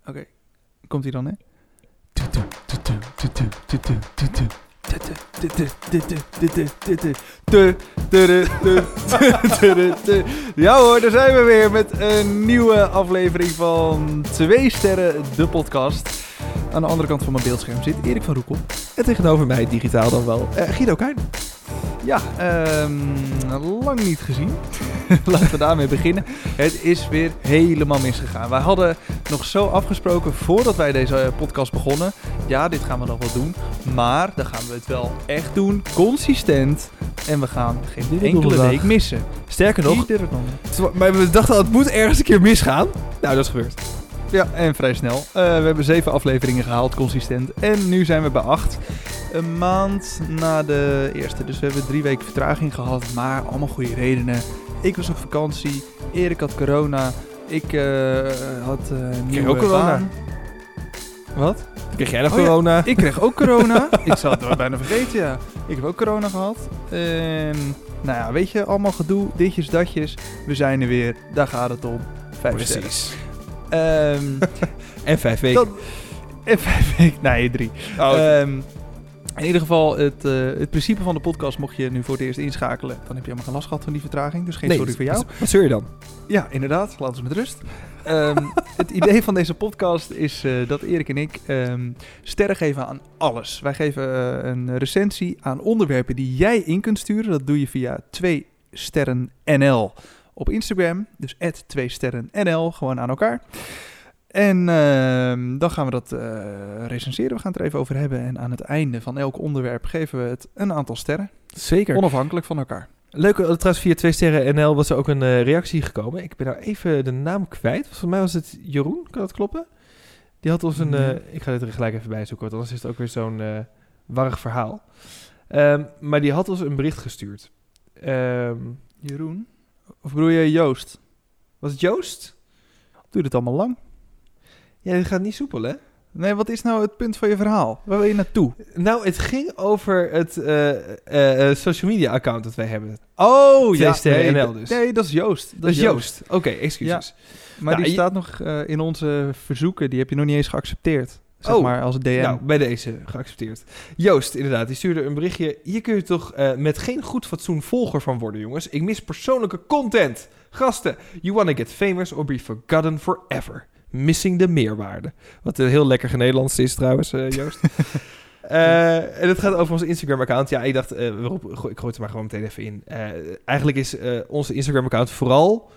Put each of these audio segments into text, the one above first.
Oké. Komt hij dan, hè? Ja hoor, daar zijn we weer met een nieuwe aflevering van 2 Sterren, de podcast. Aan de andere kant van mijn beeldscherm zit Erik van Roekel. En tegenover mij, digitaal dan wel, Guido Kuin. Ja, lang niet gezien. Laten we daarmee beginnen. Het is weer helemaal misgegaan. Wij hadden nog zo afgesproken voordat wij deze podcast begonnen. Ja, dit gaan we nog wel doen. Maar dan gaan we het wel echt doen. Consistent. En we gaan geen enkele week missen. Sterker nog, maar we dachten al, het moet ergens een keer misgaan. Nou, dat is gebeurd. Ja, en vrij snel. We hebben 7 afleveringen gehaald, consistent. En nu zijn we bij 8. Een maand na de eerste. Dus we hebben 3 weken vertraging gehad. Maar allemaal goede redenen. Ik was op vakantie. Erik had corona. Ik had nieuwe corona. baan. Wat? Kreeg jij nog corona? Ja, ik kreeg ook corona. Ik zou het bijna vergeten, ja. Ik heb ook corona gehad. En nou ja, weet je, allemaal gedoe. Ditjes, datjes. We zijn er weer. Daar gaat het om. 5 sterren. Precies. En 5 weken. En 5 weken. Nee, 3. Oh, In ieder geval, het principe van de podcast, mocht je nu voor het eerst inschakelen, dan heb je helemaal geen last gehad van die vertraging. Dus geen sorry voor jou. Wat zeur je dan? Ja, inderdaad. Laat ons met rust. Het idee van deze podcast is dat Erik en ik sterren geven aan alles. Wij geven een recensie aan onderwerpen die jij in kunt sturen. Dat doe je via 2 sterren NL op Instagram. Dus @2sterrennl, gewoon aan elkaar. En dan gaan we dat recenseren. We gaan het er even over hebben. En aan het einde van elk onderwerp geven we het een aantal sterren. Zeker. Onafhankelijk van elkaar. Leuk, trouwens via 2 sterren NL was er ook een reactie gekomen. Ik ben nou even de naam kwijt. Volgens mij was het Jeroen, kan dat kloppen? Die had ons een... ik ga dit er gelijk even bij zoeken, want anders is het ook weer zo'n warrig verhaal. Maar die had ons een bericht gestuurd. Jeroen? Of bedoel je Joost? Was het Joost? Doe het allemaal lang. Ja, dit gaat niet soepel, hè? Nee, wat is nou het punt van je verhaal? Waar wil je naartoe? Nou, het ging over het social media account dat wij hebben. Oh, 2 sterren NL dus. Nee, dat is Joost. Dat is Joost. Oké, excuses. Ja, maar die staat nog in onze verzoeken. Die heb je nog niet eens geaccepteerd. Zeg maar als DM. Nou, bij deze geaccepteerd. Joost, inderdaad, die stuurde een berichtje. Hier kun je toch met geen goed fatsoen volger van worden, jongens. Ik mis persoonlijke content. Gasten, you wanna get famous or be forgotten forever. Missing de meerwaarde. Wat een heel lekker Nederlands is trouwens, Joost. En het gaat over onze Instagram-account. Ja, ik dacht, ik gooi het er maar gewoon meteen even in. Eigenlijk is onze Instagram-account vooral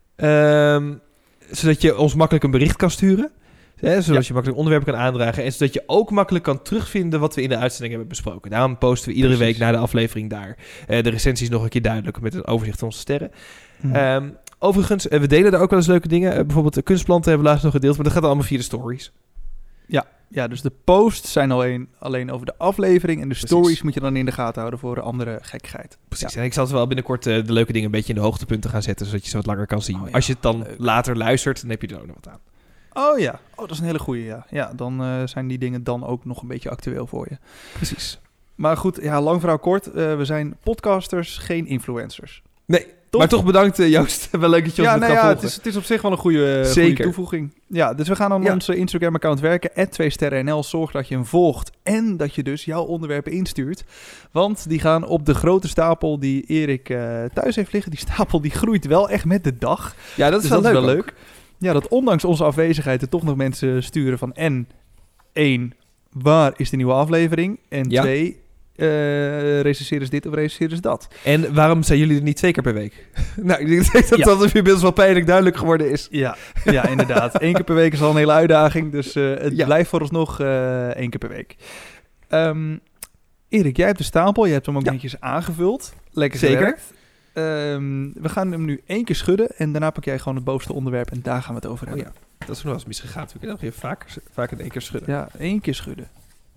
zodat je ons makkelijk een bericht kan sturen. Zodat je makkelijk onderwerpen kan aandragen. En zodat je ook makkelijk kan terugvinden wat we in de uitzending hebben besproken. Daarom posten we iedere week na de aflevering daar. De recensie is nog een keer duidelijk met een overzicht van onze sterren. Overigens, we delen daar ook wel eens leuke dingen. Bijvoorbeeld de kunstplanten hebben we laatst nog gedeeld. Maar dat gaat allemaal via de stories. Ja, dus de posts zijn alleen over de aflevering. En de stories moet je dan in de gaten houden voor andere gekkigheid. Precies. Ja. En ik zal wel binnenkort de leuke dingen een beetje in de hoogtepunten gaan zetten. Zodat je ze wat langer kan zien. Oh, ja. Als je het dan later luistert, dan heb je er ook nog wat aan. Oh ja, dat is een hele goeie, ja. Ja, dan zijn die dingen dan ook nog een beetje actueel voor je. Precies. Maar goed, ja, lang verhaal kort. We zijn podcasters, geen influencers. Nee, maar toch bedankt Joost. Wel leuk dat je ons gaat volgen. Het is op zich wel een goede toevoeging. Ja, dus we gaan aan onze Instagram-account werken. @2sterrennl. Zorg dat je hem volgt en dat je dus jouw onderwerpen instuurt. Want die gaan op de grote stapel die Erik thuis heeft liggen. Die stapel die groeit wel echt met de dag. Ja, dat is dus wel leuk. Ja, dat ondanks onze afwezigheid er toch nog mensen sturen van... En 1, waar is de nieuwe aflevering? En 2... recenseren ze dit of recenseren ze dat. En waarom zijn jullie er niet 2 keer per week? Nou, ik denk dat dat inmiddels wel pijnlijk duidelijk geworden is. Ja, inderdaad. 1 keer per week is al een hele uitdaging. Dus het blijft vooralsnog 1 keer per week. Erik, jij hebt de stapel. Je hebt hem ook netjes aangevuld. Lekker zeker. We gaan hem nu 1 keer schudden. En daarna pak jij gewoon het bovenste onderwerp. En daar gaan we het over hebben. Ja. Dat is nog wel eens misgegaan. We kunnen nog even vaker in 1 keer schudden. Ja, 1 keer schudden.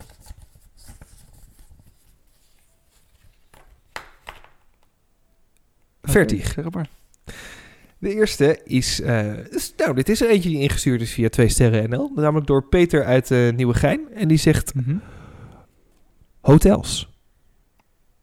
Vertig. Zeg maar. De eerste is... dit is er eentje die ingestuurd is via 2 sterren NL. Namelijk door Peter uit Nieuwegein. En die zegt... Hotels.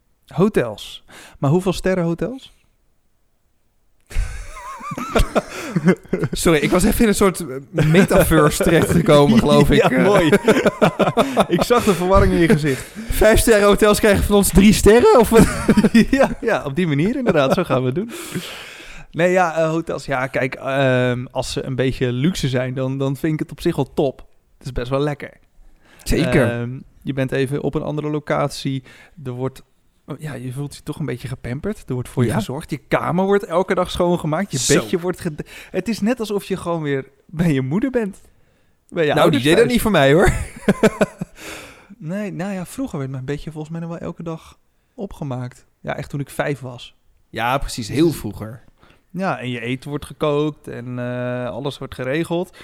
Hotels. Maar hoeveel sterren hotels? Sorry, ik was even in een soort metaverse terechtgekomen, geloof ik. Ja, mooi. Ik zag de verwarring in je gezicht. 5-sterren hotels krijgen van ons 3 sterren? Of wat? Ja, op die manier inderdaad. Zo gaan we het doen. Nee, ja, hotels. Ja, kijk, als ze een beetje luxe zijn, dan vind ik het op zich wel top. Het is best wel lekker. Zeker. Je bent even op een andere locatie. Er wordt... Ja, je voelt je toch een beetje gepamperd. Er wordt voor je gezorgd. Je kamer wordt elke dag schoongemaakt. Je bedje wordt... Het is net alsof je gewoon weer bij je moeder bent. Nou, die deed dat niet voor mij, hoor. Nee, nou ja, vroeger werd mijn bedje volgens mij nog wel elke dag opgemaakt. Ja, echt toen ik 5 was. Ja, precies. Heel vroeger. Ja, en je eten wordt gekookt en alles wordt geregeld.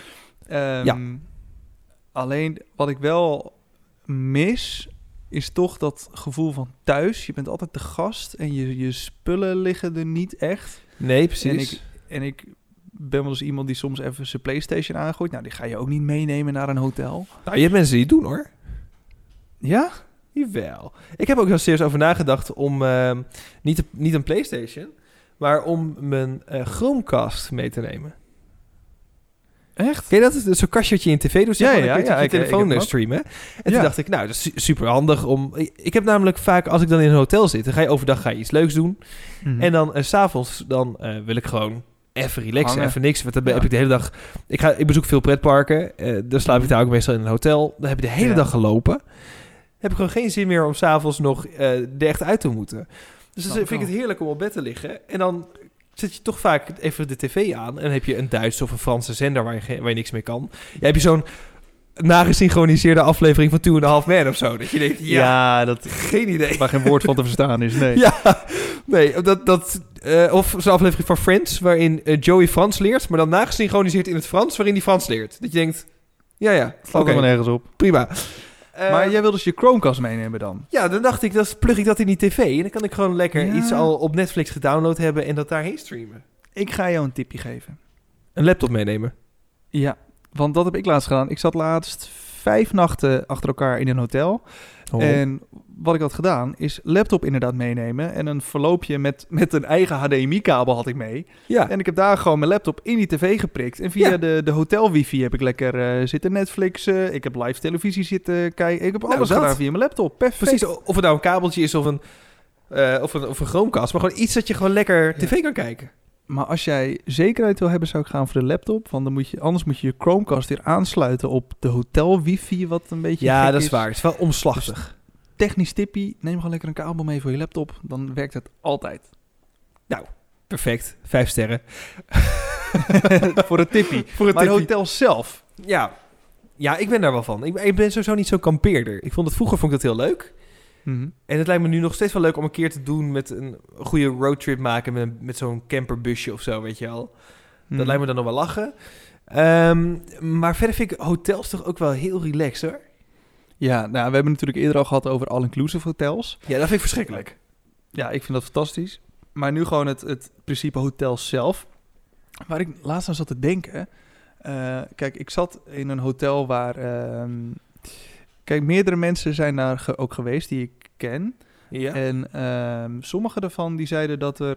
Alleen wat ik wel mis... is toch dat gevoel van thuis. Je bent altijd de gast en je spullen liggen er niet echt. Nee, precies. En ik ben wel eens iemand die soms even zijn PlayStation aangooit. Nou, die ga je ook niet meenemen naar een hotel. Nou, je hebt mensen die het doen, hoor. Ja? Jawel. Ik heb ook heel serieus over nagedacht om niet een PlayStation, maar om mijn Chromecast mee te nemen. Echt? Ken je dat? Zo'n kastje wat je in tv doet, zeg maar, ja, je telefoon streamen. En toen dacht ik, nou, dat is super handig om... Ik heb namelijk vaak, als ik dan in een hotel zit, dan ga je overdag iets leuks doen. Mm-hmm. En dan 's avonds dan wil ik gewoon even relaxen, hangen. even niks. Want dan heb ik de hele dag... Ik bezoek veel pretparken. Dan slaap ik daar ook meestal in een hotel. Dan heb ik de hele dag gelopen. Dan heb ik gewoon geen zin meer om 's avonds nog er echt uit te moeten. Dus dan vind ik het heerlijk om op bed te liggen. En dan zet je toch vaak even de tv aan. En dan heb je een Duitse of een Franse zender waar je niks mee kan. Ja, heb je zo'n nagesynchroniseerde aflevering van 2.5 Men of zo. Dat je denkt, dat geen idee. waar geen woord van te verstaan is, nee. Of zo'n aflevering van Friends, waarin Joey Frans leert, maar dan nagesynchroniseerd in het Frans, waarin hij Frans leert. Dat je denkt, Slaat er maar nergens op. Prima. Maar jij wil dus je Chromecast meenemen dan? Ja, dan dacht ik, dan plug ik dat in die tv. En dan kan ik gewoon lekker iets al op Netflix gedownload hebben en dat daarheen streamen. Ik ga jou een tipje geven. Een laptop meenemen? Ja, want dat heb ik laatst gedaan. Ik zat laatst 5 nachten achter elkaar in een hotel. Oh. En wat ik had gedaan, is laptop inderdaad meenemen. En een verloopje met een eigen HDMI-kabel had ik mee. Ja. En ik heb daar gewoon mijn laptop in die tv geprikt. En via de hotel wifi heb ik lekker zitten Netflixen. Ik heb live televisie zitten kijken. Ik heb alles gedaan via mijn laptop. Perfect. Precies, of het nou een kabeltje is of een Chromecast. Maar gewoon iets dat je gewoon lekker tv kan kijken. Maar als jij zekerheid wil hebben, zou ik gaan voor de laptop. Want dan anders moet je je Chromecast weer aansluiten op de hotel wifi, wat een beetje gek dat is waar. Het is wel omslachtig. Dus technisch tippie, neem gewoon lekker een kabel mee voor je laptop. Dan werkt het altijd. Nou, perfect. 5 sterren. Voor een tippie. Maar het hotel zelf. Ja, ik ben daar wel van. Ik ben sowieso niet zo'n kampeerder. Vroeger vond ik dat heel leuk. Mm-hmm. En het lijkt me nu nog steeds wel leuk om een keer te doen met een goede roadtrip maken met zo'n camperbusje of zo, weet je wel. Mm-hmm. Dat lijkt me dan nog wel lachen. Maar verder vind ik hotels toch ook wel heel relaxed, hoor. Ja, nou, we hebben natuurlijk eerder al gehad over all-inclusive hotels. Ja, dat vind ik verschrikkelijk. Ja, ik vind dat fantastisch. Maar nu gewoon het principe hotel zelf. Waar ik laatst aan zat te denken. Kijk, ik zat in een hotel waar... Kijk, meerdere mensen zijn daar ook geweest die ik ken. Ja. En sommige daarvan die zeiden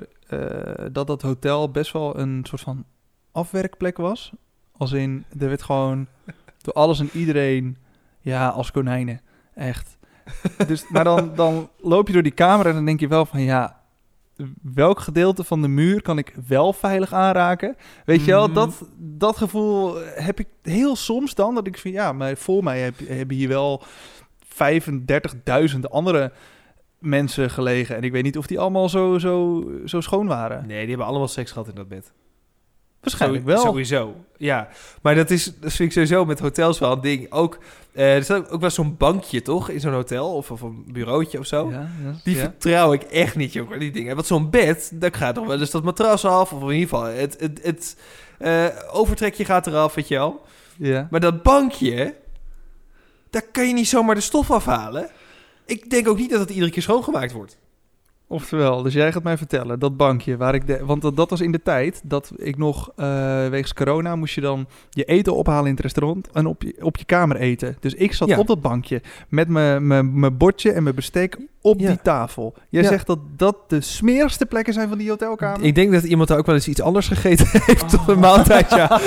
dat hotel best wel een soort van afwerkplek was. Als in, er werd gewoon door alles en iedereen, als konijnen. Echt. Dus, maar dan loop je door die kamer en dan denk je wel van, welk gedeelte van de muur kan ik wel veilig aanraken? Weet je wel, dat gevoel heb ik heel soms dan. Dat ik vind, maar voor mij hebben hier wel 35.000 andere mensen gelegen. En ik weet niet of die allemaal zo schoon waren. Nee, die hebben allemaal seks gehad in dat bed. Waarschijnlijk wel. Sowieso, ja. Maar dat vind ik sowieso met hotels wel een ding. Ook, er staat ook wel zo'n bankje, toch? In zo'n hotel of een bureautje of zo. Die vertrouw ik echt niet, joh, die dingen. Want zo'n bed, daar gaat toch wel eens dat matras af. Of in ieder geval, het overtrekje gaat eraf, weet je wel. Ja. Maar dat bankje, daar kan je niet zomaar de stof afhalen. Ik denk ook niet dat het iedere keer schoongemaakt wordt. Oftewel, dus jij gaat mij vertellen, dat bankje waar ik... Want dat was in de tijd dat ik nog, wegens corona, moest je dan je eten ophalen in het restaurant en op je kamer eten. Dus ik zat op dat bankje met mijn bordje en mijn bestek op die tafel. Jij zegt dat de smerigste plekken zijn van die hotelkamer? Ik denk dat iemand daar ook wel eens iets anders gegeten heeft op een maaltijd, ja.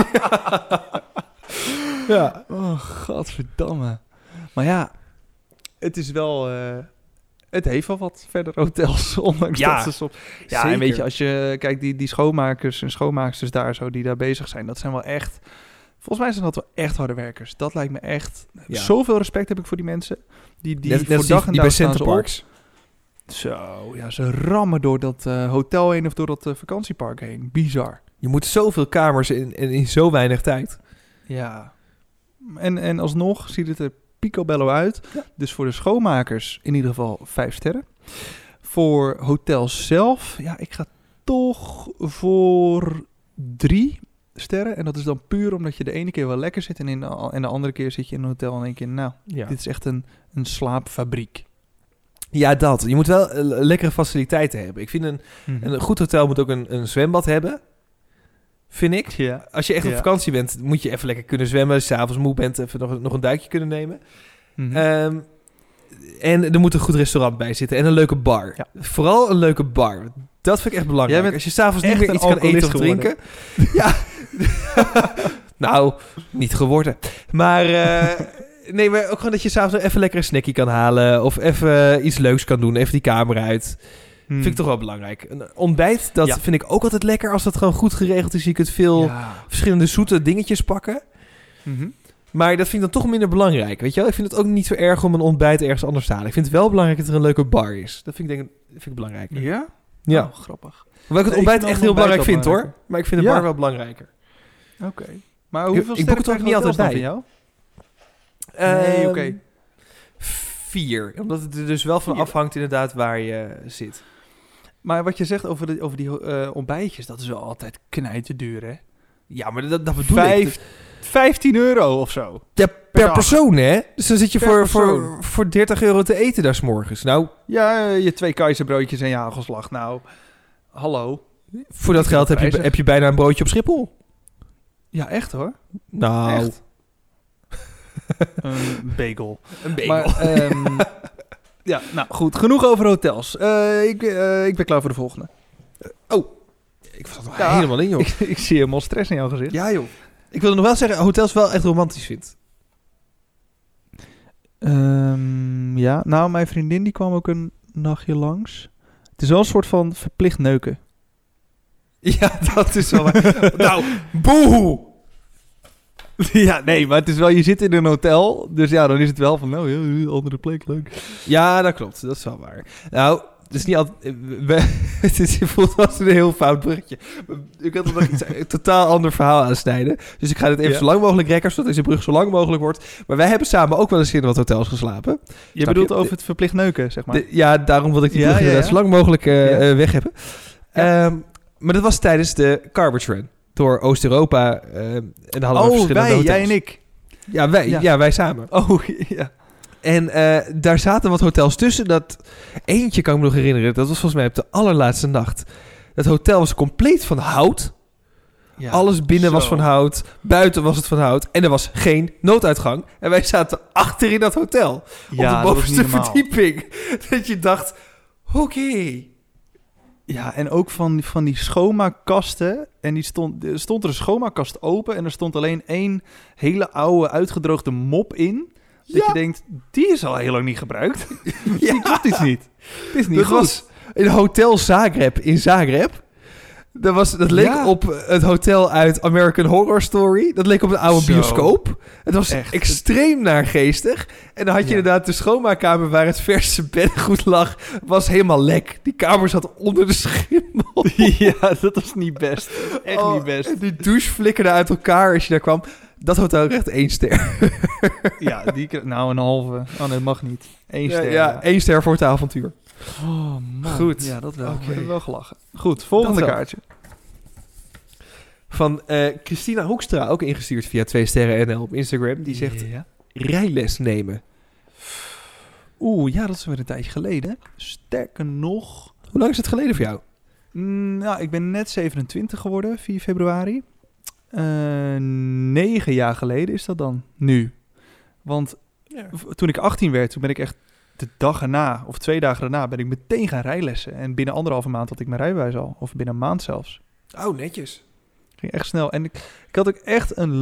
Ja. Oh, godverdamme. Maar ja, het is wel... het heeft wel wat verder hotels, ondanks dat ze soms... Ja, zeker. En weet je, als je kijkt, die schoonmakers en schoonmaaksters daar zo, die daar bezig zijn, dat zijn wel echt... Volgens mij zijn dat wel echt harde werkers. Dat lijkt me echt... Ja. Zoveel respect heb ik voor die mensen. Die net voor dag en die dag bij staan ze op. Centerparks. Zo, ja, ze rammen door dat hotel heen of door dat vakantiepark heen. Bizar. Je moet zoveel kamers in zo weinig tijd. Ja. En alsnog ziet het er picobello uit. Ja. Dus voor de schoonmakers in ieder geval 5 sterren. Voor hotels zelf, ja, ik ga toch voor 3 sterren. En dat is dan puur omdat je de ene keer wel lekker zit en de andere keer zit je in een hotel en denk je, nou, dit is echt een slaapfabriek. Ja, dat. Je moet wel lekkere faciliteiten hebben. Ik vind een goed hotel moet ook een zwembad hebben. Vind ik. Ja. Als je echt op vakantie bent, moet je even lekker kunnen zwemmen. Als je 's avonds moe bent, even nog een duikje kunnen nemen. Mm-hmm. En er moet een goed restaurant bij zitten. En een leuke bar. Ja. Vooral een leuke bar. Dat vind ik echt belangrijk. Als je 's avonds niet meer iets kan eten of drinken. Ja. Nou, niet geworden. Maar... nee, maar ook gewoon dat je 's avonds even lekker een snackje kan halen. Of even iets leuks kan doen. Even die kamer uit. Vind ik toch wel belangrijk. Een ontbijt, dat vind ik ook altijd lekker als dat gewoon goed geregeld is. Je kunt veel verschillende zoete dingetjes pakken. Mm-hmm. Maar dat vind ik dan toch minder belangrijk. Weet je wel? Ik vind het ook niet zo erg om een ontbijt ergens anders te halen. Ik vind het wel belangrijk dat er een leuke bar is. Dat vind ik belangrijker. Ja? Ja. Oh, grappig. Hoewel ik het ontbijt echt heel belangrijk vind, hoor. Maar ik vind de bar wel belangrijker. Oké. Maar hoeveel ik boek het ook niet altijd bij jou? Nee, oké. 4. Omdat het er dus wel van afhangt inderdaad waar je zit. Maar wat je zegt over die ontbijtjes, dat is wel altijd knijterduur, hè? Ja, maar dat bedoel ik. €15 of zo. Ja, per persoon, hè? Dus dan zit je voor €30 te eten daar 's morgens. Nou, ja, je 2 keizerbroodjes en je hagelslag. Nou, hallo. Voor dat geld heb je bijna een broodje op Schiphol. Ja, echt hoor. Nou. Echt. Een bagel. Een bagel. Maar, ja, nou goed. Genoeg over hotels. Ik ben klaar voor de volgende. Ik was er helemaal in, joh. Ik zie helemaal stress in jouw gezicht. Ja, joh. Ik wilde nog wel zeggen, hotels wel echt romantisch vindt. Ja, nou, mijn vriendin die kwam ook een nachtje langs. Het is wel een soort van verplicht neuken. Ja, dat is wel waar. Nou, boe! Ja, nee, maar het is wel, je zit in een hotel, dus ja, dan is het wel van, nou, ja, andere plek, leuk. Ja, dat klopt, dat is wel waar. Nou, het is niet altijd... Het voelt als een heel fout bruggetje. Ik had er nog een totaal ander verhaal aansnijden. Dus ik ga dit even zo lang mogelijk rekken, zodat deze brug zo lang mogelijk wordt. Maar wij hebben samen ook wel eens in wat hotels geslapen. Je bedoelt over het verplicht neuken, zeg maar? Ja, daarom wil ik die brug zo lang mogelijk weg hebben. Ja. Maar dat was tijdens de Garbage Run. Door Oost-Europa en de hadden verschillende hotels. Jij en ik. Ja, wij samen. Oh, ja. En daar zaten wat hotels tussen. Dat eentje kan ik me nog herinneren. Dat was volgens mij op de allerlaatste nacht. Dat hotel was compleet van hout. Ja, alles binnen was van hout. Buiten was het van hout. En er was geen nooduitgang. En wij zaten achter in dat hotel. Ja, op de bovenste verdieping. Dat je dacht, oké. Ja, en ook van die schoonmaakkasten. En die stond er een schoonmaakkast open. En er stond alleen 1 hele oude uitgedroogde mop in. Dat je denkt, die is al heel lang niet gebruikt. Die klopt iets niet. Het is niet goed. Was in Hotel Zagreb in Zagreb. Dat leek op het hotel uit American Horror Story. Dat leek op een oude bioscoop. Het was echt extreem naargeestig. En dan had je inderdaad de schoonmaakkamer waar het verse beddengoed lag. Was helemaal lek. Die kamer zat onder de schimmel. Ja, dat was niet best. Echt niet best. Die douche flikkerde uit elkaar als je daar kwam. Dat hotel kreeg 1 ster. Ja, nou een halve. Oh nee, dat mag niet. 1 ster. Ja, 1 ster voor het avontuur. Oh man. Goed. Ja, dat wel. Okay. We hebben wel gelachen. Goed, volgende kaartje. Van Christina Hoekstra, ook ingestuurd via 2 sterren NL op Instagram. Die zegt, rijles nemen. Ja, dat is weer een tijdje geleden. Sterker nog... Hoe lang is het geleden voor jou? Nou, ik ben net 27 geworden, 4 februari. 9 jaar geleden is dat dan, nu. Want toen ik 18 werd, toen ben ik echt de dag erna, of 2 dagen daarna, ben ik meteen gaan rijlessen. En binnen 1,5 maand had ik mijn rijbewijs al, of binnen een maand zelfs. Oh, netjes. Ging echt snel. En ik had ook echt een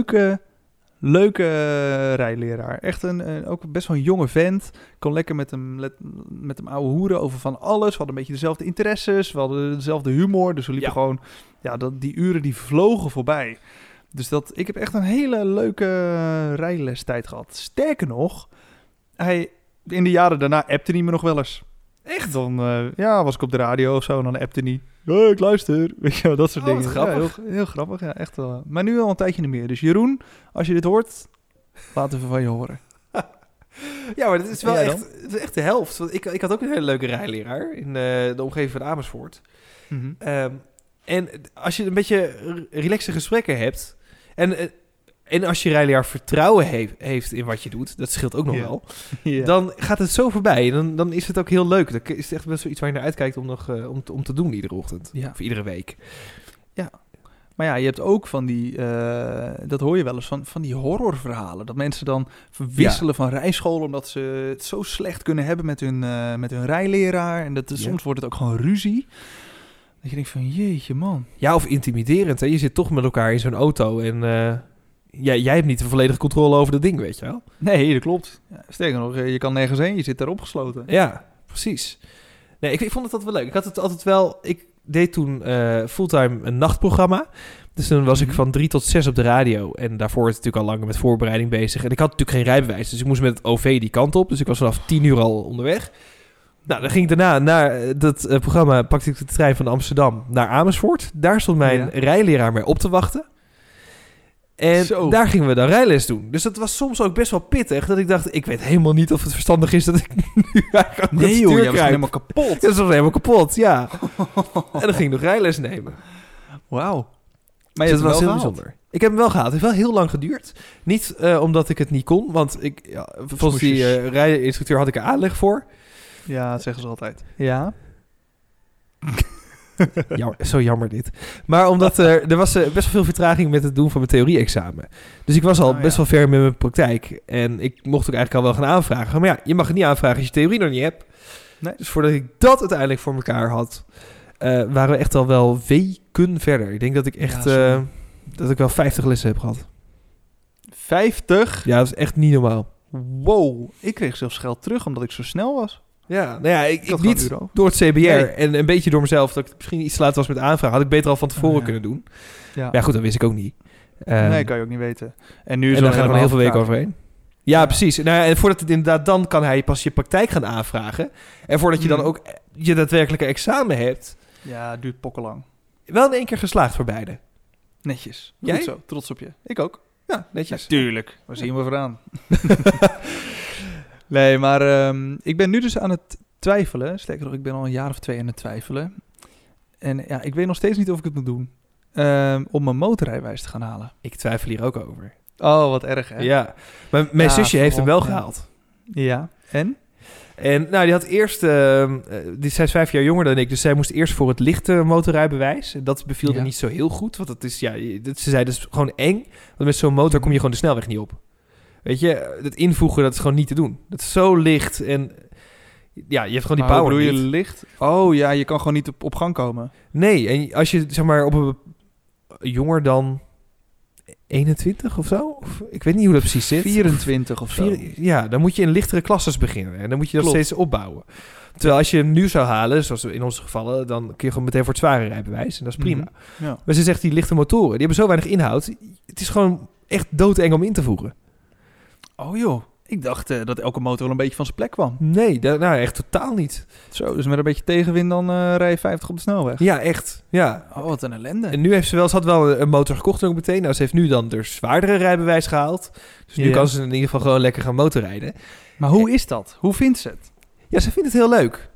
leuke rijleraar. Echt ook best wel een jonge vent. Ik kon lekker met hem ouwe hoeren over van alles. We hadden een beetje dezelfde interesses. We hadden dezelfde humor. Dus we liepen gewoon... Ja, die uren die vlogen voorbij. Dus ik heb echt een hele leuke rijlestijd gehad. Sterker nog, in de jaren daarna appte hij me nog wel eens. Echt? Dan was ik op de radio of zo en dan appte hij. Hey, ik luister. Weet je wel, dat soort dingen. Grappig. Ja, heel grappig, ja, echt wel. Maar nu al een tijdje niet meer. Dus Jeroen, als je dit hoort, laat even van je horen. Ja, maar dat is wel echt de helft. Want ik had ook een hele leuke rijleraar in de omgeving van Amersfoort. Mm-hmm. En als je een beetje relaxe gesprekken hebt... En als je rijleraar vertrouwen heeft in wat je doet... dat scheelt ook nog wel... Ja. Dan gaat het zo voorbij. Dan is het ook heel leuk. Dan is het echt best wel iets waar je naar uitkijkt om te doen iedere ochtend. Ja. Of iedere week. Ja. Maar ja, je hebt ook van die... dat hoor je wel eens van die horrorverhalen. Dat mensen dan verwisselen van rijschool... omdat ze het zo slecht kunnen hebben met hun rijleraar. En soms wordt het ook gewoon ruzie. Dat je denkt van, jeetje man. Ja, of intimiderend. Hè? Je zit toch met elkaar in zo'n auto en... jij hebt niet de volledige controle over dat ding, weet je wel? Nee, dat klopt. Ja, sterker nog, je kan nergens heen. Je zit daar opgesloten. Ja, precies. Nee, ik vond het altijd wel leuk. Ik had het altijd wel... Ik deed toen fulltime een nachtprogramma. Dus dan was ik van 3 tot 6 op de radio. En daarvoor was ik natuurlijk al langer met voorbereiding bezig. En ik had natuurlijk geen rijbewijs. Dus ik moest met het OV die kant op. Dus ik was vanaf 10 uur al onderweg. Nou, dan ging ik daarna naar dat programma... pakte ik de trein van Amsterdam naar Amersfoort. Daar stond mijn rijleraar mee op te wachten. En daar gingen we dan rijles doen. Dus dat was soms ook best wel pittig. Dat ik dacht, ik weet helemaal niet of het verstandig is dat ik nu eigenlijk nee joh, jij was helemaal kapot. Dat was helemaal kapot, ja. En dan ging ik nog rijles nemen. Wauw. Maar je dat was heel bijzonder. Ik heb hem wel gehaald. Het heeft wel heel lang geduurd. Niet omdat ik het niet kon. Want volgens die rijinstructeur had ik er aanleg voor. Ja, dat zeggen ze altijd. Ja. Zo jammer dit. Maar omdat er was best wel veel vertraging met het doen van mijn theorie-examen. Dus ik was al best wel ver met mijn praktijk. En ik mocht ook eigenlijk al wel gaan aanvragen. Maar ja, je mag het niet aanvragen als je theorie nog niet hebt. Nee. Dus voordat ik dat uiteindelijk voor elkaar had... waren we echt al wel weken verder. Ik denk dat ik echt... dat ik wel 50 lessen heb gehad. 50? Ja, dat is echt niet normaal. Wow. Ik kreeg zelfs geld terug omdat ik zo snel was. Ja, nou ja, ik niet door het CBR en een beetje door mezelf... dat ik misschien iets te laat was met aanvragen. Had ik beter al van tevoren kunnen doen. Ja, goed, dat wist ik ook niet. Nee, kan je ook niet weten. En nu is dan gaan er heel veel weken overheen. Ja, precies. Nou ja, en voordat het inderdaad... dan kan hij pas je praktijk gaan aanvragen. En voordat je dan ook je daadwerkelijke examen hebt... Ja, het duurt pokkenlang. Wel in 1 keer geslaagd voor beide. Netjes. Jij? Goed zo, trots op je. Ik ook. Ja, netjes. Natuurlijk. Waar zien we vooraan? Nee, maar ik ben nu dus aan het twijfelen. Sterker nog, ik ben al een jaar of 2 aan het twijfelen. En ja, ik weet nog steeds niet of ik het moet doen. Om mijn motorrijbewijs te gaan halen. Ik twijfel hier ook over. Oh, wat erg, hè? Ja, maar mijn zusje heeft hem wel gehaald. Ja, en? En nou, die had eerst... zij is 5 jaar jonger dan ik, dus zij moest eerst voor het lichte motorrijbewijs. Dat beviel er niet zo heel goed, want het is, ze zei, dat is gewoon eng. Want met zo'n motor kom je gewoon de snelweg niet op. Weet je, het invoegen, dat is gewoon niet te doen. Dat is zo licht en... Ja, je hebt gewoon die power niet. Je licht? Oh ja, je kan gewoon niet op gang komen. Nee, en als je zeg maar op een jonger dan 21 of zo, of, ik weet niet hoe dat precies zit. 24 of zo. Ja, dan moet je in lichtere klasses beginnen en dan moet je dat steeds opbouwen. Terwijl als je hem nu zou halen, zoals in onze gevallen, dan kun je gewoon meteen voor het zware rijbewijs en dat is prima. Ja. Maar ze zegt die lichte motoren, die hebben zo weinig inhoud. Het is gewoon echt doodeng om in te voegen. Oh joh. Ik dacht dat elke motor wel een beetje van zijn plek kwam. Nee, nou echt totaal niet. Zo, dus met een beetje tegenwind dan rij je 50 op de snelweg. Ja, echt. Ja. Oh, wat een ellende. En nu heeft ze had wel een motor gekocht ook meteen. Nou, ze heeft nu dan de zwaardere rijbewijs gehaald. Dus nu kan ze in ieder geval gewoon lekker gaan motorrijden. Maar hoe is dat? Hoe vindt ze het? Ja, ze vindt het heel leuk.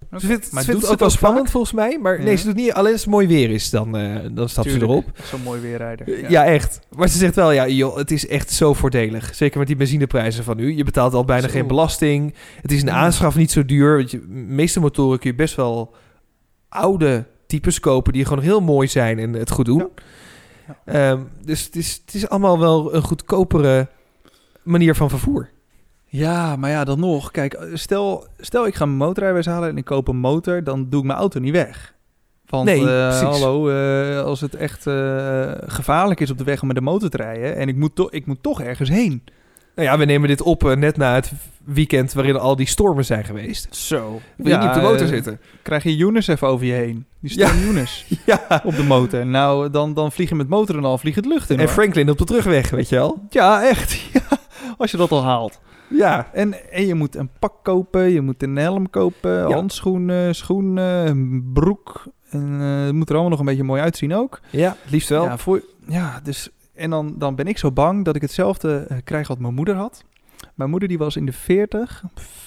Ze vindt Maar het doet ze ook wel het ook spannend vaak? volgens mij. Maar Ja. nee, ze doet niet. Alleen als het mooi weer is, dan stapt ze erop. Zo'n mooi weerrijder. Ja. Echt. Maar ze zegt wel, ja, joh, het is echt zo voordelig. Zeker met die benzineprijzen van nu. Je betaalt al bijna Zo. geen belasting. Het is een aanschaf niet zo duur. Want de meeste motoren kun je best wel oude types kopen die gewoon heel mooi zijn en het goed doen. Ja. Dus het is allemaal wel een goedkopere manier van vervoer. Ja, maar ja, dan nog. Kijk, stel ik ga mijn motorrijbewijs halen en ik koop een motor, dan doe ik mijn auto niet weg. Want Nee, precies. hallo, als het echt gevaarlijk is op de weg om met de motor te rijden en ik moet toch ergens heen. Nou ja, we nemen dit op net na het weekend waarin al die stormen zijn geweest. Zo. Wil je niet op de motor zitten? Krijg je Younes even over je heen. Die storm Younes Ja. op de motor. Nou, dan vlieg je met motor en al vlieg het lucht in. En hoor. Franklin op de terugweg, weet je wel? Ja, echt. Ja, als je dat al haalt. Ja. En je moet een pak kopen, je moet een helm kopen, Ja. handschoenen, schoenen, een broek. En het moet er allemaal nog een beetje mooi uitzien ook. Ja, het liefst wel. Dus, en dan ben ik zo bang dat ik hetzelfde krijg wat mijn moeder had. Mijn moeder die was in de 40,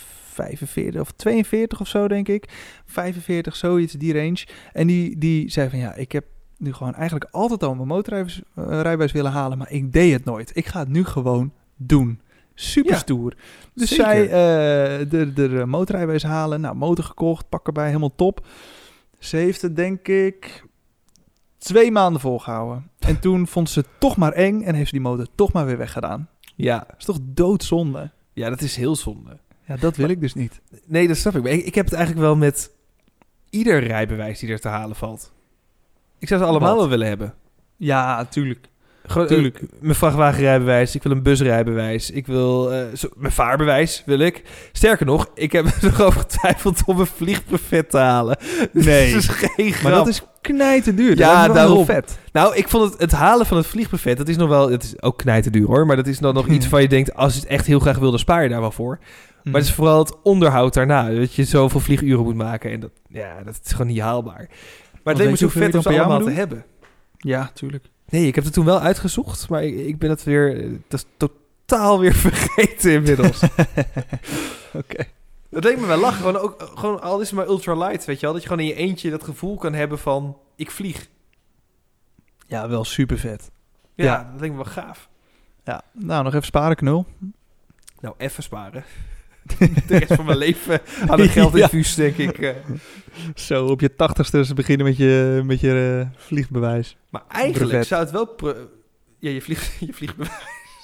45 of 42 of zo denk ik. 45, zoiets, die range. En die zei van ja, ik heb nu gewoon eigenlijk altijd al mijn motorrijbewijs willen halen, maar ik deed het nooit. Ik ga het nu gewoon doen. Super Ja, stoer. Dus zeker. zij de motorrijbewijs halen. Nou, motor gekocht, pak erbij, helemaal top. Ze heeft het denk ik 2 maanden volgehouden. En toen vond ze het toch maar eng en heeft ze die motor toch maar weer weggedaan. Ja. Dat is toch doodzonde? Ja, dat is heel zonde. Ja, dat wil ik dus niet. Nee, dat snap ik. Maar ik heb het eigenlijk wel met ieder rijbewijs die er te halen valt. Ik zou ze allemaal Wat? wel willen hebben. Ja, tuurlijk. Gewoon, Tuurlijk. mijn vrachtwagenrijbewijs, ik wil een busrijbewijs, ik wil mijn vaarbewijs wil ik. Sterker nog, ik heb er nog over getwijfeld om een vliegbuffet te halen. Nee. Dat is geen grap. Maar dat is knijterduur. Ja, Dat is wel daarom. heel vet. Nou, ik vond het halen van het vliegbuffet, dat is nog wel, het is ook knijterduur hoor, maar dat is dan nog iets van je denkt, als je het echt heel graag wil, dan spaar je daar wel voor. Maar het is vooral het onderhoud daarna, dat je zoveel vlieguren moet maken en dat is gewoon niet haalbaar. Maar het leek me zo vet om ze allemaal te hebben. Ja, tuurlijk. Nee, ik heb het toen wel uitgezocht, maar ik ben het weer... Dat is totaal weer vergeten inmiddels. Oké. Dat deed me wel lachen. Gewoon al is het maar ultralight, weet je wel. Dat je gewoon in je eentje dat gevoel kan hebben van... Ik vlieg. Ja, wel super vet. Ja, Ja. dat lijkt me wel gaaf. Ja, nou nog even sparen, knul. Nou, even sparen. De rest van mijn leven aan een geldinfuus, denk ik. Zo, op je 80ste beginnen met je vliegbewijs. Maar eigenlijk Brevet. zou het wel... je vliegbewijs.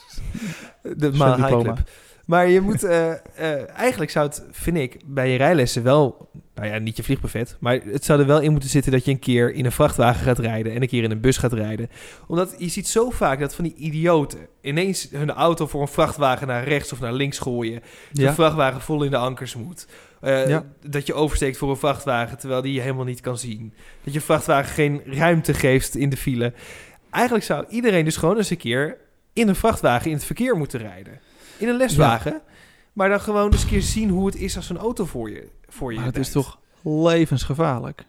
De Zo'n Mile High diploma. Club. Maar je moet... eigenlijk zou het, vind ik, bij je rijlessen wel... Nou ja, niet je vliegbuffet. Maar het zou er wel in moeten zitten dat je een keer in een vrachtwagen gaat rijden... en een keer in een bus gaat rijden. Omdat je ziet zo vaak dat van die idioten... ineens hun auto voor een vrachtwagen naar rechts of naar links gooien. De vrachtwagen vol in de ankers moet. Dat je oversteekt voor een vrachtwagen terwijl die je helemaal niet kan zien. Dat je vrachtwagen geen ruimte geeft in de file. Eigenlijk zou iedereen dus gewoon eens een keer in een vrachtwagen in het verkeer moeten rijden. In een leswagen. Maar dan gewoon eens een keer zien hoe het is als een auto voor je Maar het rijdt. is toch levensgevaarlijk.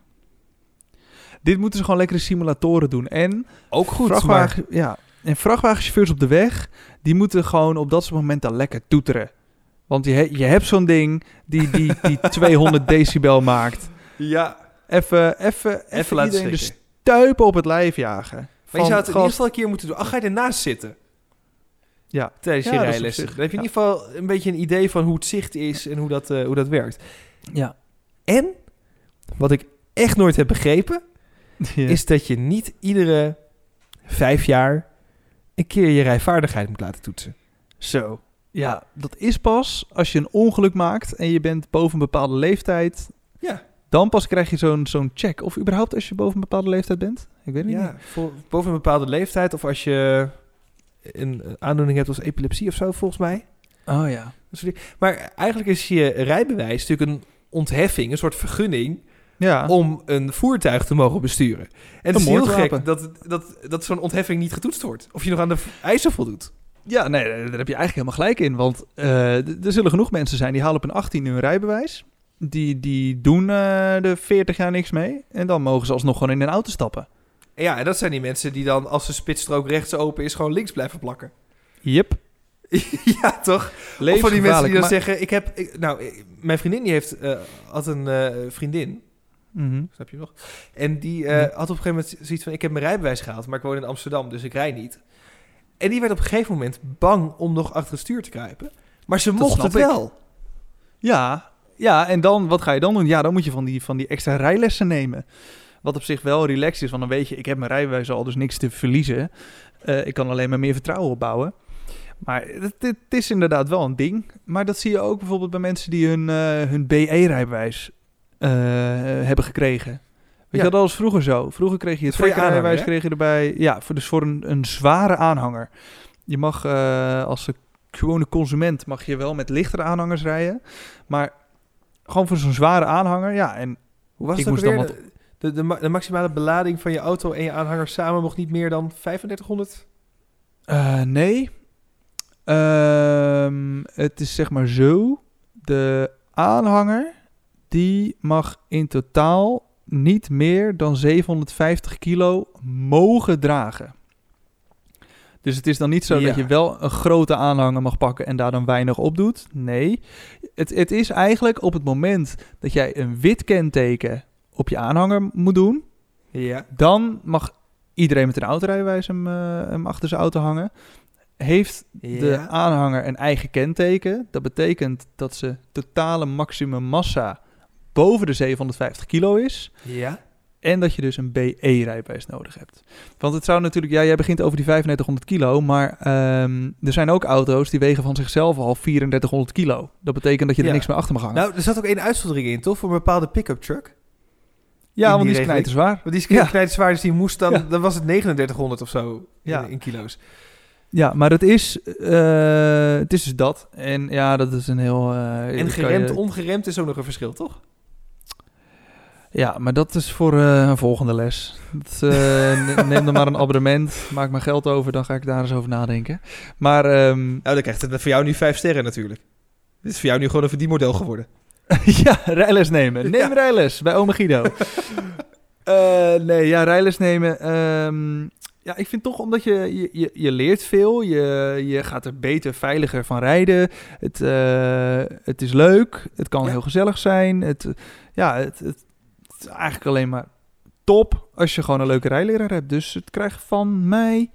Dit moeten ze gewoon lekkere simulatoren doen. En ook goed, maar... En vrachtwagenchauffeurs op de weg, die moeten gewoon op dat soort momenten lekker toeteren. Want je hebt zo'n ding die 200 decibel maakt. Ja. Even laten iedereen de schrikken. stuipen op het lijf jagen. Maar je zou het in ieder geval een keer moeten doen. Ga je ernaast zitten Ja. tijdens je Ja, dat is op rijlessen. zich, Dan heb je in ja. ieder geval een beetje een idee van hoe het zicht is en hoe dat werkt. Ja. En, wat ik echt nooit heb begrepen... Ja. is dat je niet iedere 5 jaar een keer je rijvaardigheid moet laten toetsen. Zo. Ja, dat is pas als je een ongeluk maakt en je bent boven een bepaalde leeftijd. Ja. Dan pas krijg je zo'n check. Of überhaupt als je boven een bepaalde leeftijd bent. Ik weet het niet. Boven een bepaalde leeftijd of als je een aandoening hebt als epilepsie of zo, volgens mij. Oh ja. Maar eigenlijk is je rijbewijs natuurlijk een ontheffing, een soort vergunning... Ja. om een voertuig te mogen besturen. En het is Een heel moordwapen. gek dat zo'n ontheffing niet getoetst wordt. Of je nog aan de eisen voldoet. Ja, nee, daar heb je eigenlijk helemaal gelijk in. Want er zullen genoeg mensen zijn die halen op een 18 hun rijbewijs. Die doen de 40 jaar niks mee. En dan mogen ze alsnog gewoon in een auto stappen. En ja, en dat zijn die mensen die dan, als de spitsstrook rechts open is, gewoon links blijven plakken. Yep. Ja, toch? Of van die mensen die dan zeggen... mijn vriendin die had een vriendin. Mm-hmm. Snap je nog? En die had op een gegeven moment zoiets van... Ik heb mijn rijbewijs gehaald, maar ik woon in Amsterdam, dus ik rij niet. En die werd op een gegeven moment bang om nog achter het stuur te kruipen. Maar ze mocht het wel. Ja, en dan, wat ga je dan doen? Ja, dan moet je van die extra rijlessen nemen. Wat op zich wel relaxed is, want dan weet je... Ik heb mijn rijbewijs al, dus niks te verliezen. Ik kan alleen maar meer vertrouwen opbouwen. Maar het is inderdaad wel een ding. Maar dat zie je ook bijvoorbeeld bij mensen die hun BE-rijbewijs hebben gekregen. Weet je, dat was vroeger zo. Vroeger kreeg je het trekrijbewijs, kreeg je erbij... Ja, voor een zware aanhanger. Je mag als gewone consument mag je wel met lichtere aanhangers rijden. Maar gewoon voor zo'n zware aanhanger, ja. En hoe was het ook weer? De maximale belading van je auto en je aanhanger samen mocht niet meer dan 3500? Nee. Het is zeg maar zo. De aanhanger, die mag in totaal niet meer dan 750 kilo mogen dragen. Dus het is dan niet zo dat je wel een grote aanhanger mag pakken en daar dan weinig op doet. Nee. Het is eigenlijk op het moment dat jij een wit kenteken op je aanhanger moet doen, dan mag iedereen met een autorijbewijs hem achter zijn auto hangen. Heeft de aanhanger een eigen kenteken. Dat betekent dat ze totale maximum massa boven de 750 kilo is. Ja. En dat je dus een BE-rijbewijs nodig hebt. Want het zou natuurlijk... Ja, jij begint over die 3500 kilo, maar er zijn ook auto's die wegen van zichzelf al 3400 kilo. Dat betekent dat je er niks meer achter mag hangen. Nou, er zat ook één uitzondering in, toch? Voor een bepaalde pick-up truck. Ja, want die is knijterzwaar. Want die is knijterzwaar, dus die moest dan... Dan was het 3900 of zo in kilo's. Ja, maar het is dus dat. En ja, dat is een heel... en geremd, ongeremd is ook nog een verschil, toch? Ja, maar dat is voor een volgende les. Neem dan maar een abonnement, maak maar geld over, dan ga ik daar eens over nadenken. Maar... nou, dan krijgt het voor jou nu 5 sterren natuurlijk. Dit is voor jou nu gewoon een verdienmodel geworden. Ja, rijles nemen. Neem rijles bij Ome Guido. Rijles nemen... ja, ik vind toch omdat je leert veel. Je gaat er beter, veiliger van rijden. Het is leuk. Het kan heel gezellig zijn. Het is eigenlijk alleen maar top als je gewoon een leuke rijleraar hebt. Dus het krijgt van mij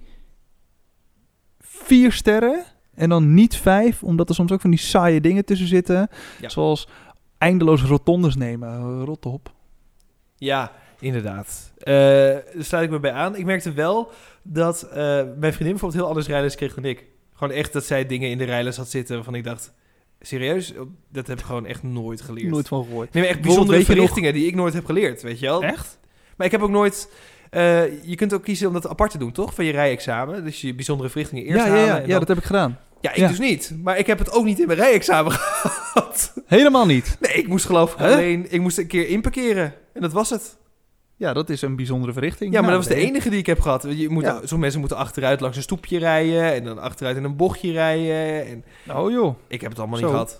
4 sterren. En dan niet 5, omdat er soms ook van die saaie dingen tussen zitten. Ja. Zoals eindeloos rotondes nemen. Rot op. Ja, inderdaad. Daar sluit ik me bij aan. Ik merkte wel dat mijn vriendin bijvoorbeeld heel anders rijles kreeg dan ik. Gewoon echt dat zij dingen in de rijles had zitten waarvan ik dacht... Serieus? Dat heb ik gewoon echt nooit geleerd. Nooit van gehoord. Nee, maar echt bijzondere verrichtingen die ik nooit heb geleerd, weet je wel? Echt? Maar ik heb ook nooit... je kunt ook kiezen om dat apart te doen, toch? Van je rijexamen. Dus je bijzondere verrichtingen eerst halen. Ja, dat heb ik gedaan. Ja, ik dus niet. Maar ik heb het ook niet in mijn rijexamen gehad. Helemaal niet? Nee, ik moest geloof ik alleen... Ik moest een keer inparkeren. En dat was het. Ja, dat is een bijzondere verrichting. Ja, maar dat was de enige die ik heb gehad. Sommige mensen moeten achteruit langs een stoepje rijden... en dan achteruit in een bochtje rijden. En... Oh joh. Ik heb het allemaal niet gehad.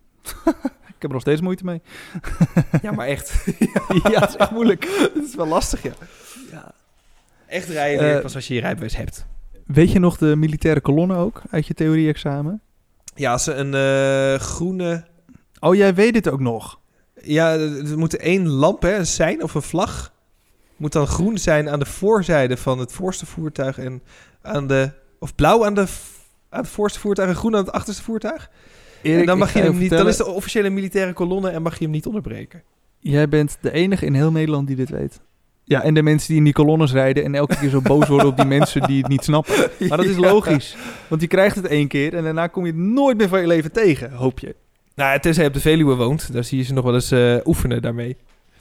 Ik heb er nog steeds moeite mee. Ja, maar echt. Ja, het is echt moeilijk. Het is wel lastig, ja. Echt rijden leer pas als je je rijbewijs hebt. Weet je nog de militaire kolonne ook uit je theorie-examen? Ja, als ze een groene... Oh, jij weet het ook nog? Ja, er moet 1 lamp, een sein of een vlag... moet dan groen zijn aan de voorzijde van het voorste voertuig... en aan de... of blauw aan het voorste voertuig en groen aan het achterste voertuig. Erik, en dan mag je hem niet... Dan is de officiële militaire kolonne en mag je hem niet onderbreken. Jij bent de enige in heel Nederland die dit weet. Ja, en de mensen die in die kolonnes rijden... en elke keer zo boos worden op die mensen die het niet snappen. Maar dat is logisch. Want je krijgt het 1 keer... en daarna kom je het nooit meer van je leven tegen, hoop je. Nou, tenzij je op de Veluwe woont... dan zie je ze nog wel eens oefenen daarmee.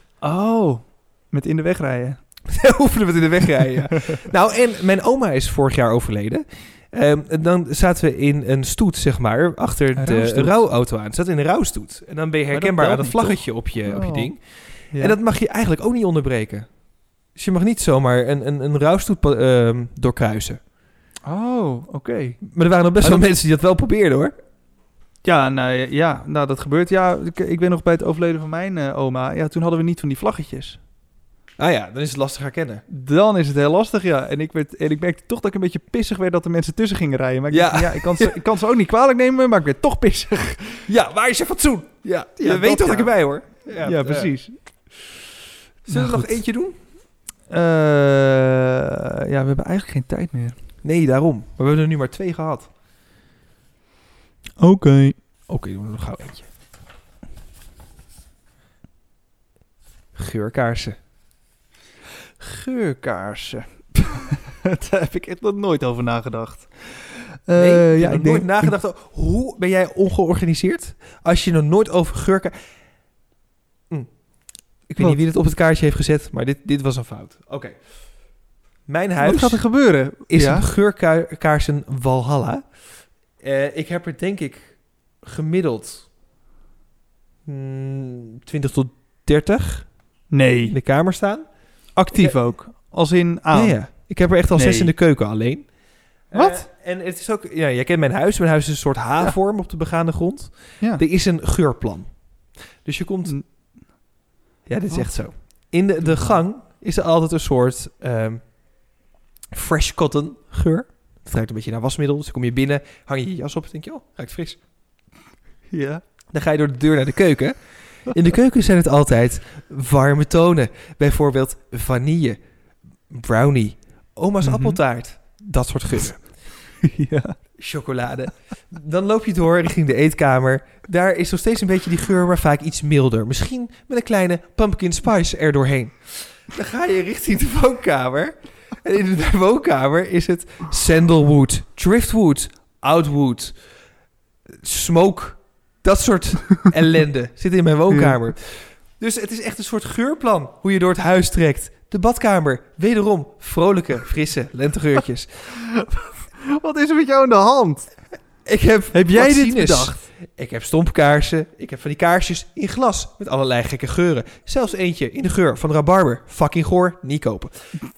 Oh, met in de weg rijden. Oefenen met in de weg rijden, ja. Nou, en mijn oma is vorig jaar overleden... dan zaten we in een stoet, zeg maar, achter de rouwauto aan. Zat in een rouwstoet. En dan ben je herkenbaar aan het vlaggetje op je ding. Ja. En dat mag je eigenlijk ook niet onderbreken. Dus je mag niet zomaar een rouwstoet doorkruisen. Oh, oké. Maar er waren nog best wel mensen die dat wel probeerden, hoor. Ja, nou dat gebeurt. Ja, ik weet nog bij het overleden van mijn oma... Ja, toen hadden we niet van die vlaggetjes. Ah ja, dan is het lastig herkennen. Dan is het heel lastig, ja. En ik merkte toch dat ik een beetje pissig werd dat de mensen tussen gingen rijden. Maar ik kan ze ook niet kwalijk nemen, maar ik werd toch pissig. Ja, waar is je fatsoen? Ja, je Ja, weet dat, dat ik erbij hoor. Ja, precies. Zullen we Nou, nog eentje doen? Ja, we hebben eigenlijk geen tijd meer. Nee, daarom. Maar we hebben er nu maar 2 gehad. Oké. Oké, doen we nog gauw eentje. Geurkaarsen. Geurkaarsen. Daar heb ik echt nog nooit over nagedacht. Nee, ja, ik nooit nagedacht over. Hoe ben jij ongeorganiseerd als je nog nooit over geurkaarsen... Ik weet niet wie dit op het kaartje heeft gezet, maar dit was een fout. Oké. Mijn huis... Wat gaat er gebeuren? Is een geurkaarsen Valhalla. Ik heb er denk ik gemiddeld 20 tot 30 in Nee. de kamer staan. Actief ook. Als in aan. Ja. Ik heb er echt al 6 Nee. in de keuken alleen. Wat? En het is ook... Ja, jij kent mijn huis. Mijn huis is een soort H-vorm op de begane grond. Ja. Er is een geurplan. Dus je komt... Ja, dit is echt zo. In de gang is er altijd een soort fresh cotton geur. Het ruikt een beetje naar wasmiddel. Dus dan kom je binnen, hang je je jas op en denk je, oh, ruikt fris. Ja. Dan ga je door de deur naar de keuken. In de keuken zijn het altijd warme tonen. Bijvoorbeeld vanille, brownie, oma's appeltaart. Dat soort geuren. Ja. Chocolade. Dan loop je door richting de eetkamer. Daar is nog steeds een beetje die geur, maar vaak iets milder. Misschien met een kleine pumpkin spice er doorheen. Dan ga je richting de woonkamer. En in de woonkamer is het sandalwood, driftwood, outwood, smoke. Dat soort ellende zit in mijn woonkamer. Dus het is echt een soort geurplan hoe je door het huis trekt. De badkamer, wederom vrolijke, frisse lentegeurtjes. Wat is er met jou aan de hand? Heb jij dit vaccines. bedacht? Ik heb stompkaarsen. Ik heb van die kaarsjes in glas met allerlei gekke geuren. Zelfs eentje in de geur van rabarber. Fucking goor, niet kopen.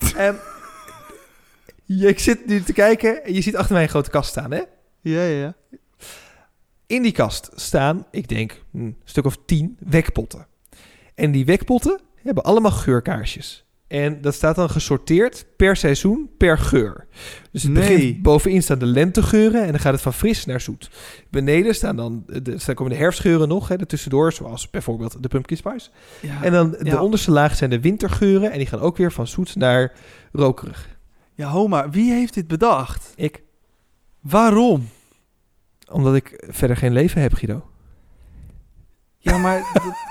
Ik zit nu te kijken en je ziet achter mij een grote kast staan, hè? Ja. In die kast staan, ik denk, een stuk of 10 wekpotten. En die wekpotten hebben allemaal geurkaarsjes. En dat staat dan gesorteerd per seizoen, per geur. Dus het begint bovenin staan de lentegeuren en dan gaat het van fris naar zoet. Beneden staan dan komen de herfstgeuren nog, hè, ertussendoor, zoals bijvoorbeeld de pumpkin spice. Ja. En dan de onderste laag zijn de wintergeuren en die gaan ook weer van zoet naar rokerig. Ja, Homa, wie heeft dit bedacht? Ik. Waarom? Omdat ik verder geen leven heb, Guido. Ja, maar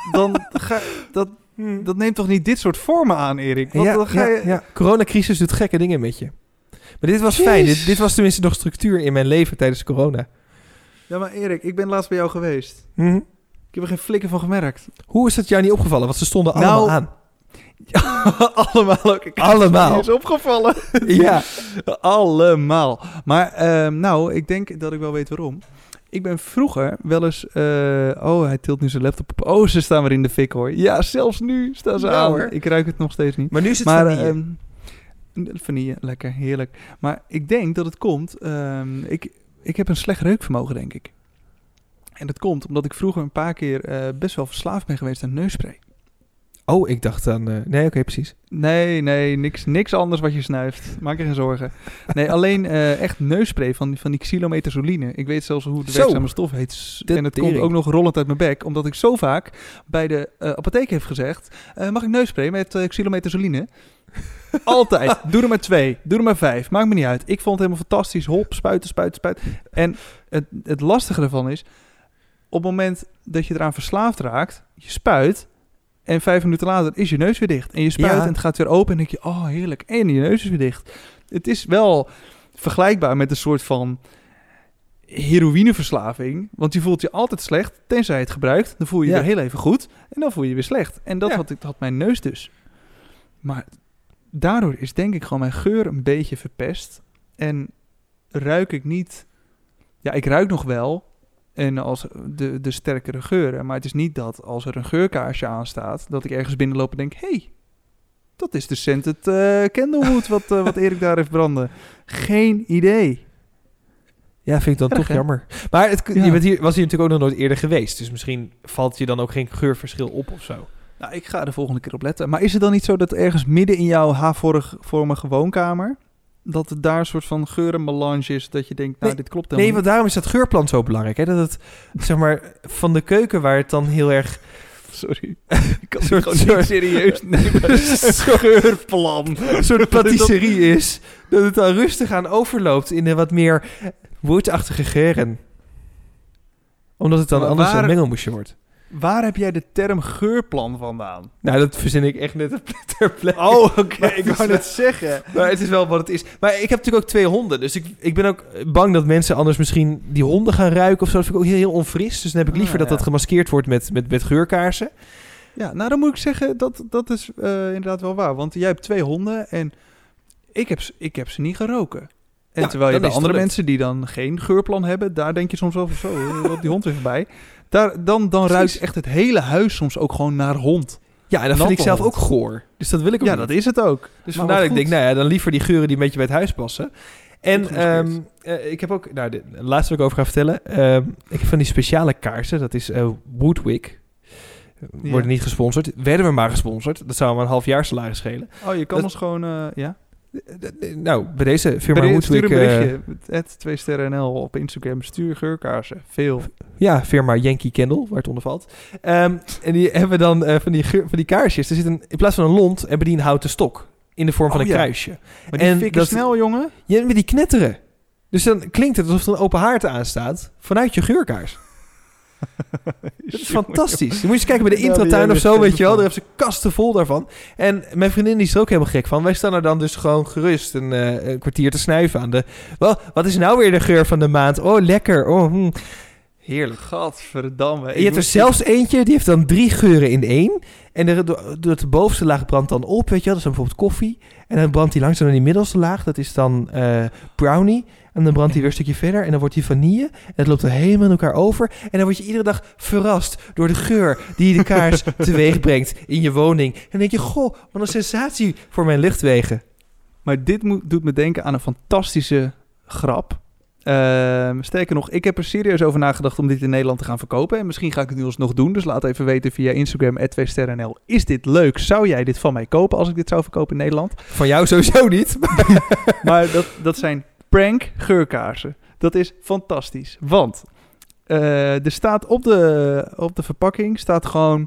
dat neemt toch niet dit soort vormen aan, Erik? Want dan ga je... ja. Coronacrisis doet gekke dingen met je. Maar dit was fijn. Dit was tenminste nog structuur in mijn leven tijdens corona. Ja, maar Erik, ik ben laatst bij jou geweest. Mm-hmm. Ik heb er geen flikker van gemerkt. Hoe is dat jou niet opgevallen? Want ze stonden allemaal aan. Ja, allemaal ook. Allemaal. Het is opgevallen. Ja. Allemaal. Maar ik denk dat ik wel weet waarom. Ik ben vroeger wel eens... hij tilt nu zijn laptop op. Oh, ze staan weer in de fik, hoor. Ja, zelfs nu staan ze aan. Hoor. Ik ruik het nog steeds niet. Maar nu is het vanille. Vanille, lekker, heerlijk. Maar ik denk dat het komt... Ik heb een slecht reukvermogen, denk ik. En dat komt omdat ik vroeger een paar keer best wel verslaafd ben geweest aan neusspray. Oh, ik dacht aan... Nee, oké, precies. Nee, niks anders wat je snuift. Maak je geen zorgen. Nee, alleen echt neusspray van die xylometazoline. Ik weet zelfs hoe de werkzame stof heet. En het komt ook nog rollend uit mijn bek. Omdat ik zo vaak bij de apotheek heb gezegd... mag ik neusspray met xylometazoline? Altijd. Doe er maar 2. Doe er maar 5. Maakt me niet uit. Ik vond het helemaal fantastisch. Hop, spuiten. En het lastige ervan is... op het moment dat je eraan verslaafd raakt... je spuit... en 5 minuten later is je neus weer dicht. En je spuit en het gaat weer open en denk je... oh, heerlijk. En je neus is weer dicht. Het is wel vergelijkbaar met een soort van... heroïneverslaving. Want je voelt je altijd slecht. Tenzij je het gebruikt. Dan voel je je weer heel even goed. En dan voel je je weer slecht. En dat had mijn neus dus. Maar daardoor is denk ik gewoon mijn geur een beetje verpest. En ruik ik niet... Ja, ik ruik nog wel... En als de sterkere geuren. Maar het is niet dat als er een geurkaarsje aanstaat... dat ik ergens binnenloop en denk... hey, dat is de scented candlewood wat Erik daar heeft branden. Geen idee. Ja, vind ik dan toch jammer. Maar was hier natuurlijk ook nog nooit eerder geweest. Dus misschien valt je dan ook geen geurverschil op of zo. Nou, ik ga er de volgende keer op letten. Maar is het dan niet zo dat ergens midden in jouw H-vormige woonkamer... dat het daar een soort van geurenmelange is... dat je denkt, nou, dit klopt helemaal want daarom is dat geurplan zo belangrijk. Hè? Dat het, zeg maar, van de keuken waar het dan heel erg... Sorry. Ik kan het gewoon niet serieus nemen. Een geurplan. Een soort patisserie is. Dat het dan rustig aan overloopt in de wat meer woordachtige geuren. Omdat het dan anders een mengelmoesje wordt. Waar heb jij de term geurplan vandaan? Nou, dat verzin ik echt net ter plekke. Oh, oké. Ik wou net zeggen. Maar het is wel wat het is. Maar ik heb natuurlijk ook 2 honden. Dus ik ben ook bang dat mensen anders misschien die honden gaan ruiken of zo. Dat vind ik ook heel onfris. Dus dan heb ik liever dat gemaskeerd wordt met geurkaarsen. Ja, nou dan moet ik zeggen, dat is inderdaad wel waar. Want jij hebt 2 honden en ik heb ze niet geroken. En terwijl je bij andere mensen die dan geen geurplan hebben, daar denk je soms wel van zo, loopt die hond weer voorbij. Dan ruikt echt het hele huis soms ook gewoon naar hond. Ja, en dat vind ik zelf ook goor. Dus dat wil ik ook niet. Dat is het ook. Dus vandaar dat ik denk, nou ja, dan liever die geuren die een beetje bij het huis passen. En ik heb ook, nou, de laatste wat ik over ga vertellen. Ik heb van die speciale kaarsen, dat is Woodwick. Worden niet gesponsord. Werden we maar gesponsord. Dat zou maar een half jaar salaris schelen. Oh, je kan ons gewoon, ja? Nou, bij deze firma Woodwick... Stuur een berichtje. Het 2 sterren NL op Instagram. Stuur geurkaarsen. Veel. Ja, firma Yankee Candle, waar het onder valt. En die hebben dan van die kaarsjes. Er zit in plaats van een lont, hebben die een houten stok. In de vorm van een kruisje. Maar die fikken snel, jongen. Ja, met die knetteren. Dus dan klinkt het alsof er een open haard aanstaat vanuit je geurkaars. Dat is fantastisch. Je moet eens kijken bij de intratuin of zo, weet je wel. Daar hebben ze kasten vol daarvan. En mijn vriendin die is er ook helemaal gek van. Wij staan er dan dus gewoon gerust een kwartier te snuiven aan de... Wat is nou weer de geur van de maand? Oh, lekker. Oh, heerlijk. Gadverdamme. Je hebt er zelfs eentje, die heeft dan 3 geuren in 1. En de bovenste laag brandt dan op, weet je wel. Dat is dan bijvoorbeeld koffie. En dan brandt die langzaam naar die middelste laag. Dat is dan brownie. En dan brandt hij weer een stukje verder. En dan wordt die vanille. En dat loopt er helemaal in elkaar over. En dan word je iedere dag verrast door de geur die de kaars teweeg brengt in je woning. En dan denk je, goh, wat een sensatie voor mijn luchtwegen. Maar dit doet me denken aan een fantastische grap. Sterker nog, ik heb er serieus over nagedacht om dit in Nederland te gaan verkopen. En misschien ga ik het nu alsnog doen. Dus laat even weten via Instagram @2sterrennl. Is dit leuk? Zou jij dit van mij kopen als ik dit zou verkopen in Nederland? Van jou sowieso niet. Maar dat zijn prank geurkaarsen. Dat is fantastisch. Want er staat op de verpakking staat gewoon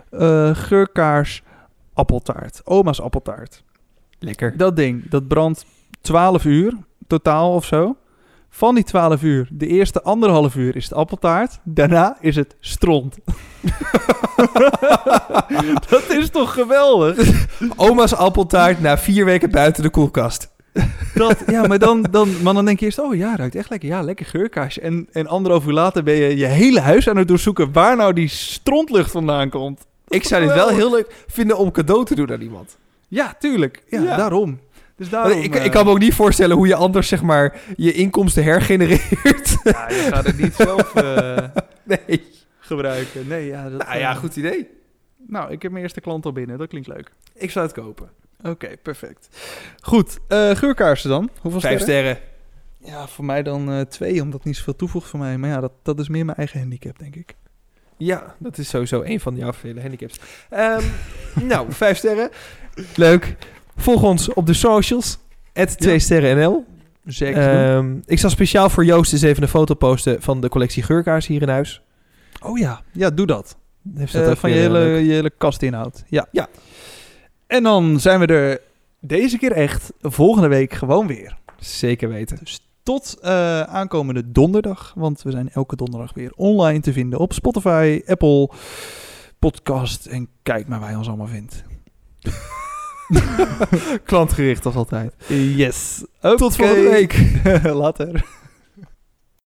geurkaars appeltaart. Oma's appeltaart. Lekker. Dat ding, dat brandt 12 uur totaal of zo. Van die 12 uur, de eerste 1,5 uur is het appeltaart. Daarna is het stront. Dat is toch geweldig? Oma's appeltaart na 4 weken buiten de koelkast. Maar dan denk je eerst, oh ja, ruikt echt lekker. Ja, lekker geurkaarsje. En 1,5 uur later ben je je hele huis aan het doorzoeken waar nou die strontlucht vandaan komt. Ik zou dit wel heel leuk vinden om cadeau te doen aan iemand. Ja, tuurlijk. Ja. Daarom. Dus daarom, ik kan me ook niet voorstellen hoe je anders, zeg maar, je inkomsten hergenereert. Ja, je gaat het niet zelf gebruiken. Nee, ja. Goed idee. Nou, ik heb mijn eerste klant al binnen. Dat klinkt leuk. Ik zou het kopen. Oké, perfect. Goed, geurkaarsen dan. Hoeveel 5 sterren? Ja, voor mij dan 2, omdat het niet zoveel toevoegt voor mij. Maar ja, dat is meer mijn eigen handicap, denk ik. Ja, dat is sowieso een van jouw vele handicaps. 5 sterren. Leuk. Volg ons op de socials. @2sterrennl. Zeker. Ik zal speciaal voor Joost eens even een foto posten van de collectie geurkaars hier in huis. Oh ja. Ja, doe dat. Heeft dat van je hele kastinhoud. Ja. En dan zijn we er deze keer echt volgende week gewoon weer. Zeker weten. Dus tot aankomende donderdag. Want we zijn elke donderdag weer online te vinden op Spotify, Apple Podcast. En kijk maar waar je ons allemaal vindt. Klantgericht als altijd. Yes. Okay. Tot volgende week. Later.